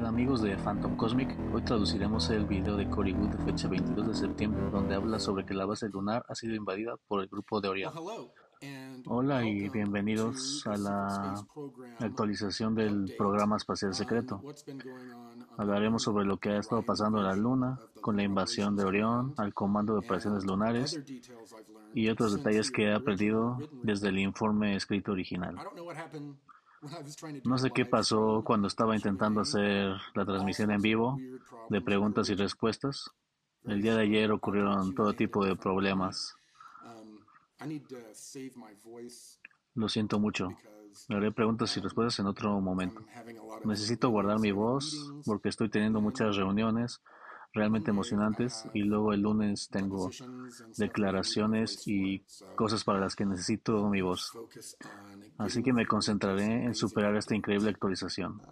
Hola amigos de Phantom Cosmic, hoy traduciremos el video de Cory Wood de fecha 22 de septiembre donde habla sobre que la base lunar ha sido invadida por el grupo de Orión. Hola y bienvenidos a la actualización del programa espacial secreto. Hablaremos sobre lo que ha estado pasando en la Luna, con la invasión de Orión, al Comando de Operaciones Lunares y otros detalles que he aprendido desde el informe escrito original. No sé qué pasó cuando estaba intentando hacer la transmisión en vivo de preguntas y respuestas. El día de ayer ocurrieron todo tipo de problemas. Lo siento mucho. Haré preguntas y respuestas en otro momento. Necesito guardar mi voz porque estoy teniendo muchas reuniones realmente emocionantes y luego el lunes tengo declaraciones y cosas para las que necesito mi voz. Así que me concentraré en superar esta increíble actualización.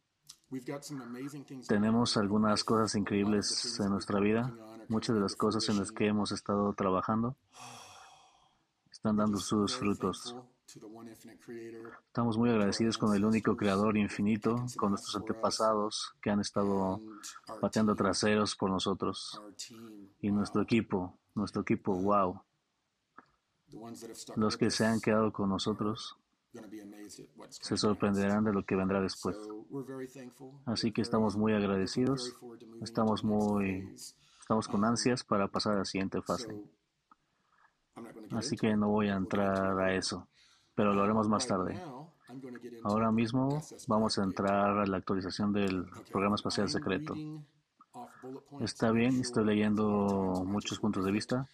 Tenemos algunas cosas increíbles en nuestra vida. Muchas de las cosas en las que hemos estado trabajando están dando sus frutos. Estamos muy agradecidos con el único creador infinito, con nuestros antepasados que han estado pateando traseros por nosotros. Y nuestro equipo, wow. Los que se han quedado con nosotros se sorprenderán de lo que vendrá después. Así que estamos muy agradecidos, estamos con ansias para pasar a la siguiente fase. Así que no voy a entrar a eso, pero lo haremos más tarde. Ahora mismo vamos a entrar a la actualización del programa espacial secreto. Está bien, estoy leyendo muchos puntos de vista.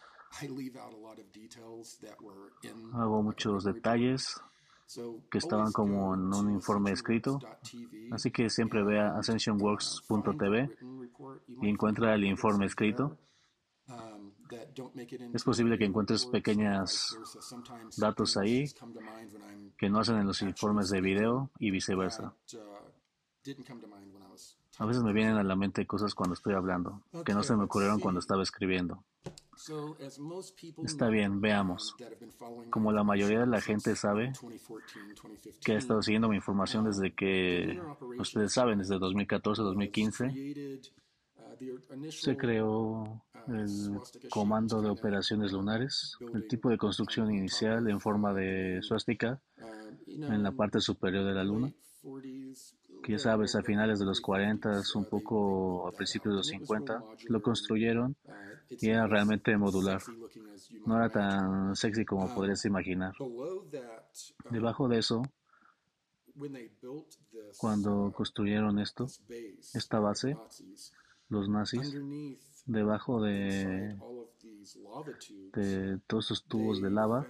Hago muchos detalles que estaban como en un informe escrito. Así que siempre vea ascensionworks.tv y encuentra el informe escrito. Es posible que encuentres pequeños datos ahí que no hacen en los informes de video y viceversa. A veces me vienen a la mente cosas cuando estoy hablando, que no se me ocurrieron cuando estaba escribiendo. Está bien, veamos. Como la mayoría de la gente sabe, que ha estado siguiendo mi información desde que, ustedes saben, desde 2014-2015, se creó el Comando de Operaciones Lunares, el tipo de construcción inicial en forma de suástica en la parte superior de la Luna, que ya sabes, a finales de los 40, un poco a principios de los 50, lo construyeron y era realmente modular. No era tan sexy como podrías imaginar. Debajo de eso, cuando construyeron esta base, los nazis, debajo de todos esos tubos de lava,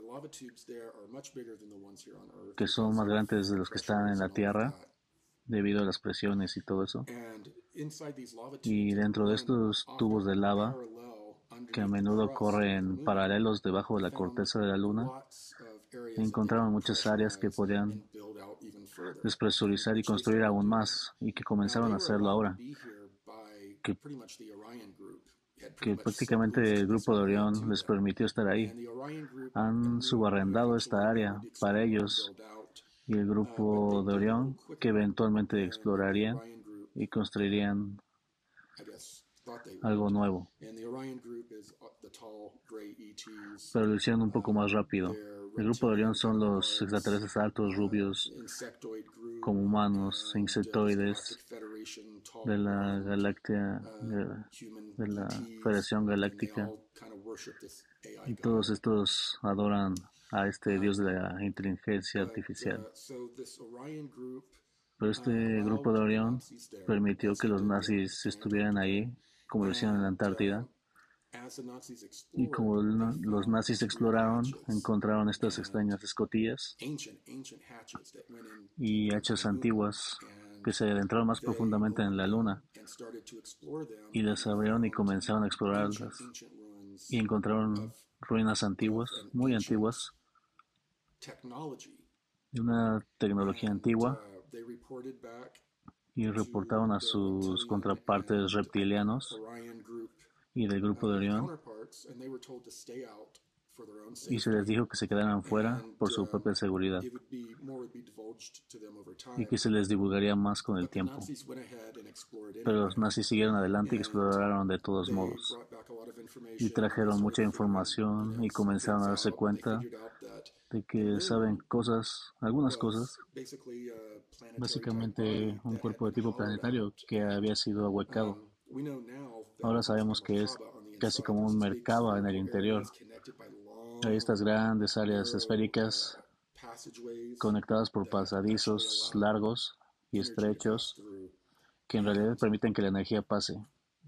que son más grandes de los que están en la Tierra, debido a las presiones y todo eso. Y dentro de estos tubos de lava, que a menudo corren paralelos debajo de la corteza de la Luna, encontraron muchas áreas que podían despresurizar y construir aún más, y que comenzaron a hacerlo ahora, que, que prácticamente el grupo de Orión les permitió estar ahí. Han subarrendado esta área para ellos y el grupo de Orión, que eventualmente explorarían y construirían algo nuevo. Pero lo hicieron un poco más rápido. El grupo de Orión son los extraterrestres altos, rubios, como humanos, insectoides de la galaxia, de la Federación Galáctica, y todos estos adoran a este dios de la inteligencia artificial. Pero este grupo de Orión permitió que los nazis estuvieran ahí, como lo hicieron en la Antártida, y como los nazis exploraron, encontraron estas extrañas escotillas y hachas antiguas que se adentraron más profundamente en la Luna, y las abrieron y comenzaron a explorarlas, y encontraron ruinas antiguas, muy antiguas, de una tecnología antigua, y reportaron a sus contrapartes reptilianos y del grupo de Orión y se les dijo que se quedaran fuera por su propia seguridad y que se les divulgaría más con el tiempo. Pero los nazis siguieron adelante y exploraron de todos modos y trajeron mucha información y comenzaron a darse cuenta de que saben cosas, algunas cosas, básicamente un cuerpo de tipo planetario que había sido ahuecado. Ahora sabemos que es casi como un Merkaba en el interior. Hay estas grandes áreas esféricas conectadas por pasadizos largos y estrechos que en realidad permiten que la energía pase.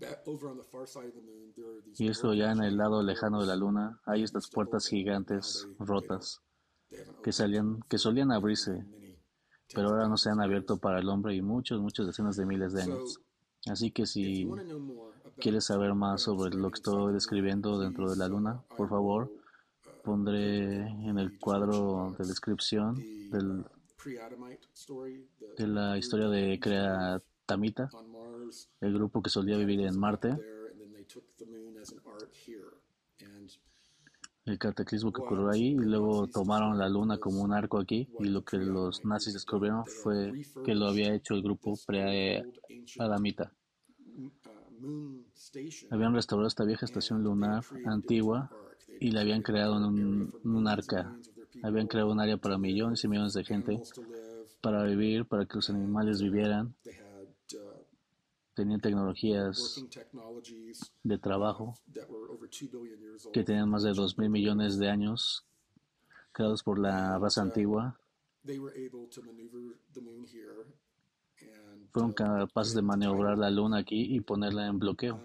Y esto ya en el lado lejano de la Luna hay estas puertas gigantes rotas que solían abrirse, pero ahora no se han abierto para el hombre y muchas decenas de miles de años. Así que si quieres saber más sobre lo que estoy describiendo dentro de la Luna, por favor, pondré en el cuadro de descripción de la historia de Creatamita, el grupo que solía vivir en Marte, el cataclismo que ocurrió ahí, y luego tomaron la Luna como un arco aquí, y lo que los nazis descubrieron fue que lo había hecho el grupo Preadamita. Habían restaurado esta vieja estación lunar antigua y la habían creado en un arca. Habían creado un área para millones y millones de gente para vivir, para que los animales vivieran. Tenían tecnologías de trabajo que tenían más de 2.000 millones de años, creados por la raza antigua. Fueron capaces de maniobrar la luna aquí y ponerla en bloqueo.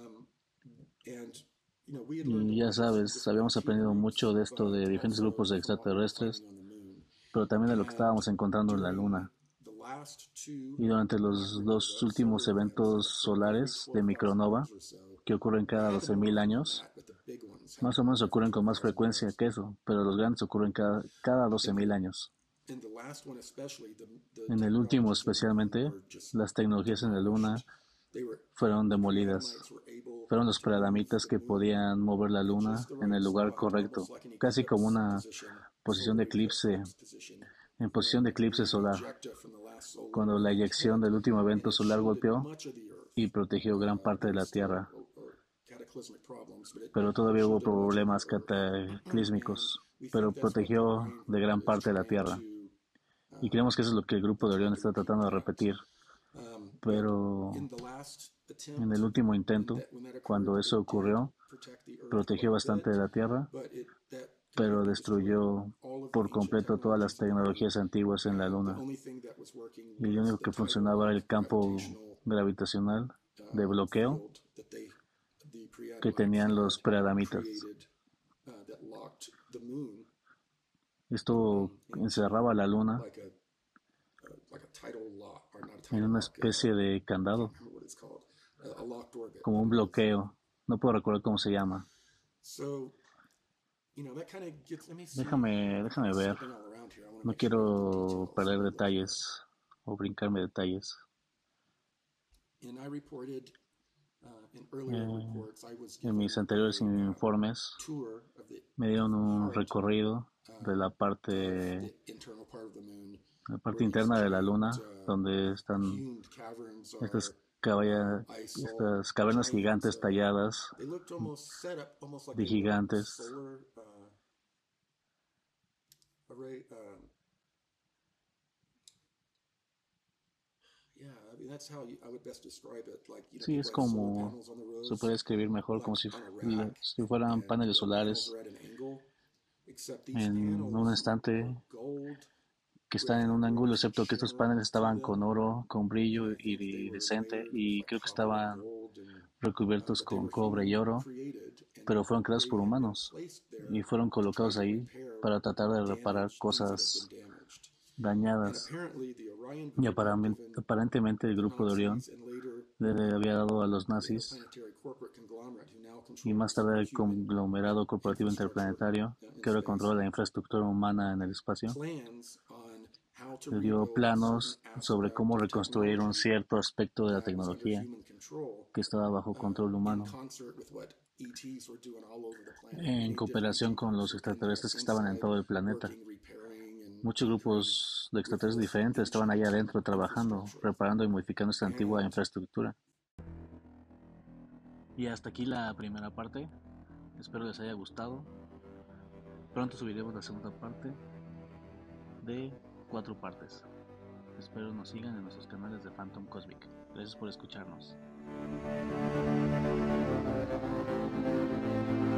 Y ya sabes, habíamos aprendido mucho de esto de diferentes grupos de extraterrestres, pero también de lo que estábamos encontrando en la luna. Y durante los dos últimos eventos solares de micronova, que ocurren cada 12.000 años, más o menos ocurren con más frecuencia que eso, pero los grandes ocurren cada 12.000 años. En el último especialmente, las tecnologías en la luna fueron demolidas. Fueron los preadamitas que podían mover la luna en el lugar correcto, casi como una posición de eclipse, en posición de eclipse solar, cuando la eyección del último evento solar golpeó y protegió gran parte de la Tierra. Pero todavía hubo problemas cataclísmicos, pero protegió de gran parte de la Tierra. Y creemos que eso es lo que el grupo de Orión está tratando de repetir. Pero en el último intento, cuando eso ocurrió, protegió bastante de la Tierra, pero destruyó por completo todas las tecnologías antiguas en la Luna. Y lo único que funcionaba era el campo gravitacional de bloqueo que tenían los preadamitas. Esto encerraba la Luna en una especie de candado, como un bloqueo. No puedo recordar cómo se llama. Déjame ver. No quiero perder detalles o brincarme detalles. En mis anteriores informes me dieron un recorrido de la parte interna de la Luna, donde están estas cavernas gigantes talladas de gigantes. Sí, es como se puede escribir mejor, como si fueran paneles solares en un instante que están en un ángulo, excepto que estos paneles estaban con oro, con brillo iridiscente, y creo que estaban recubiertos con cobre y oro, pero fueron creados por humanos y fueron colocados ahí para tratar de reparar cosas dañadas. Y aparentemente el grupo de Orión le había dado a los nazis y más tarde el conglomerado corporativo interplanetario que ahora controla la infraestructura humana en el espacio le dio planos sobre cómo reconstruir un cierto aspecto de la tecnología que estaba bajo control humano, en cooperación con los extraterrestres que estaban en todo el planeta. Muchos grupos de extraterrestres diferentes estaban allá adentro trabajando, reparando y modificando esta antigua infraestructura. Y hasta aquí la primera parte. Espero les haya gustado. Pronto subiremos la segunda parte de 4 partes. Espero nos sigan en nuestros canales de Phantom Cosmic. Gracias por escucharnos.